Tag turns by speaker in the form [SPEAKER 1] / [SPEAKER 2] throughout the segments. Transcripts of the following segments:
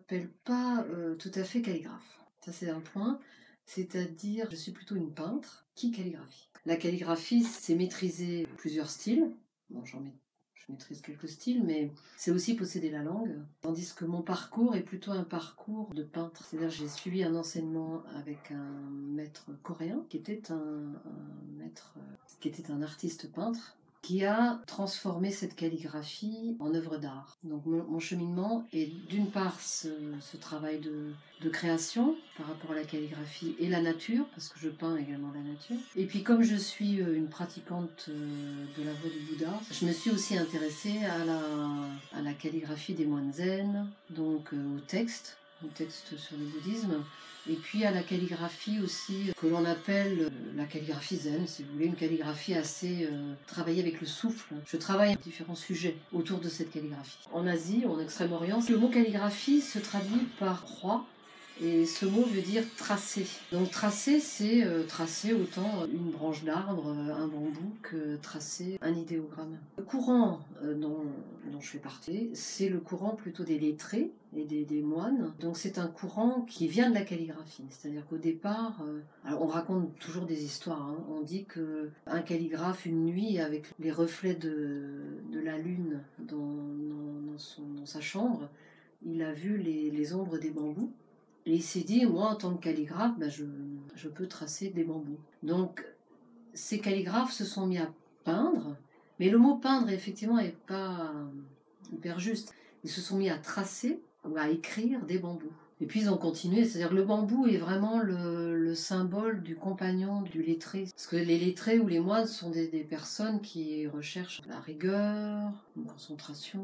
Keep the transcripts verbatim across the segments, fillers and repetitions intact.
[SPEAKER 1] m'appelle pas euh, tout à fait calligraphe. Ça, c'est un point. C'est-à-dire, je suis plutôt une peintre qui calligraphie. La calligraphie, c'est maîtriser plusieurs styles. Bon, j'en mets, je maîtrise quelques styles, mais c'est aussi posséder la langue. Tandis que mon parcours est plutôt un parcours de peintre. C'est-à-dire, j'ai suivi un enseignement avec un maître coréen qui était un, un maître, qui était un artiste peintre, qui a transformé cette calligraphie en œuvre d'art. Donc mon, mon cheminement est d'une part ce, ce travail de, de création par rapport à la calligraphie et la nature, parce que je peins également la nature. Et puis comme je suis une pratiquante de la voie du Bouddha, je me suis aussi intéressée à la, à la calligraphie des moines zen, donc au texte, au texte sur le bouddhisme, et puis à la calligraphie aussi, que l'on appelle la calligraphie zen, si vous voulez, une calligraphie assez euh, travaillée avec le souffle. Je travaille à différents sujets autour de cette calligraphie. En Asie, en Extrême-Orient, le mot calligraphie se traduit par croix, et ce mot veut dire tracer. Donc tracer, c'est euh, tracer autant une branche d'arbre, un bambou, que tracer un idéogramme. Le courant euh, dont, dont je fais partie, c'est le courant plutôt des lettrés et des, des moines. Donc c'est un courant qui vient de la calligraphie. C'est-à-dire qu'au départ, euh, alors on raconte toujours des histoires. Hein. On dit qu'un calligraphe, une nuit, avec les reflets de, de la lune dans, dans, dans, son, dans sa chambre, il a vu les, les ombres des bambous. Et il s'est dit, moi en tant que calligraphe, ben je, je peux tracer des bambous. Donc ces calligraphes se sont mis à peindre, mais le mot peindre effectivement n'est pas hyper juste. Ils se sont mis à tracer ou à écrire des bambous. Et puis ils ont continué, c'est-à-dire que le bambou est vraiment le, le symbole du compagnon du lettré. Parce que les lettrés ou les moines sont des, des personnes qui recherchent la rigueur, une concentration,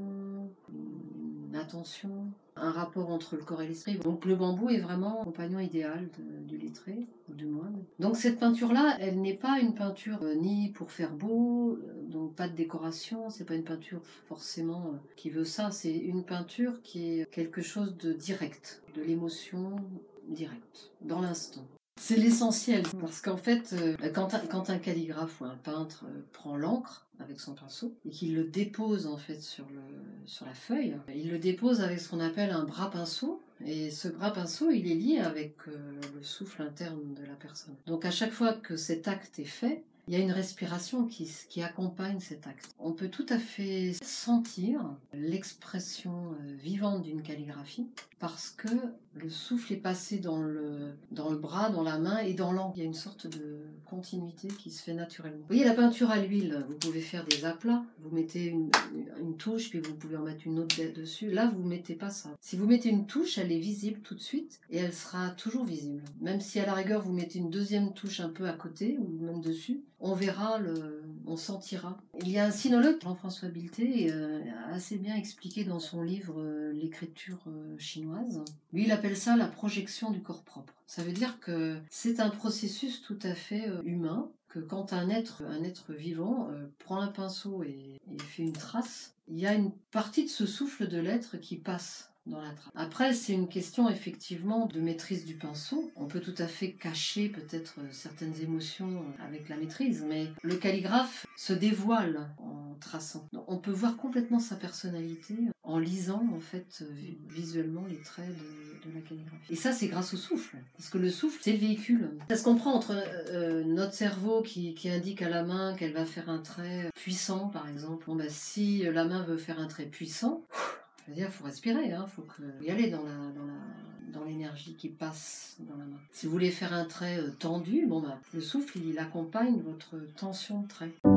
[SPEAKER 1] une attention, un rapport entre le corps et l'esprit. Donc le bambou est vraiment le compagnon idéal de, du lettré ou du moine. Donc cette peinture-là, elle n'est pas une peinture euh, ni pour faire beau, euh, donc pas de décoration, c'est pas une peinture forcément euh, qui veut ça, c'est une peinture qui est quelque chose de direct, de l'émotion directe, dans l'instant. C'est l'essentiel, parce qu'en fait, euh, quand, un, quand un calligraphe ou un peintre euh, prend l'encre avec son pinceau et qu'il le dépose en fait sur, le, sur la feuille, il le dépose avec ce qu'on appelle un bras pinceau, et ce bras pinceau, il est lié avec euh, le souffle interne de la personne. Donc à chaque fois que cet acte est fait, il y a une respiration qui, qui accompagne cet acte. On peut tout à fait sentir l'expression vivante d'une calligraphie parce que le souffle est passé dans le, dans le bras, dans la main et dans l'encre. Il y a une sorte de continuité qui se fait naturellement. Vous voyez, la peinture à l'huile, vous pouvez faire des aplats, vous mettez une, une touche, puis vous pouvez en mettre une autre dessus. Là, vous ne mettez pas ça. Si vous mettez une touche, elle est visible tout de suite et elle sera toujours visible. Même si à la rigueur, vous mettez une deuxième touche un peu à côté ou même dessus, on verra, le, on sentira. Il y a un sinologue, Jean-François Bilté, euh, assez bien expliqué dans son livre euh, L'écriture euh, chinoise. Lui, il appelle ça la projection du corps propre. Ça veut dire que c'est un processus tout à fait euh, humain, que quand un être, un être vivant euh, prend un pinceau et, et fait une trace, il y a une partie de ce souffle de l'être qui passe dans la trace. Après, c'est une question effectivement de maîtrise du pinceau. On peut tout à fait cacher peut-être certaines émotions avec la maîtrise, mais le calligraphe se dévoile en traçant. Donc, on peut voir complètement sa personnalité en lisant en fait visuellement les traits de, de la calligraphie. Et ça, c'est grâce au souffle, parce que le souffle, c'est le véhicule. Ça se comprend entre euh, notre cerveau qui, qui indique à la main qu'elle va faire un trait puissant, par exemple. Bon, bah, si la main veut faire un trait puissant, c'est-à-dire, il faut respirer, il hein, faut que, y aller dans, la, dans, la, dans l'énergie qui passe dans la main. Si vous voulez faire un trait euh, tendu, bon, bah, le souffle, il accompagne votre tension de trait.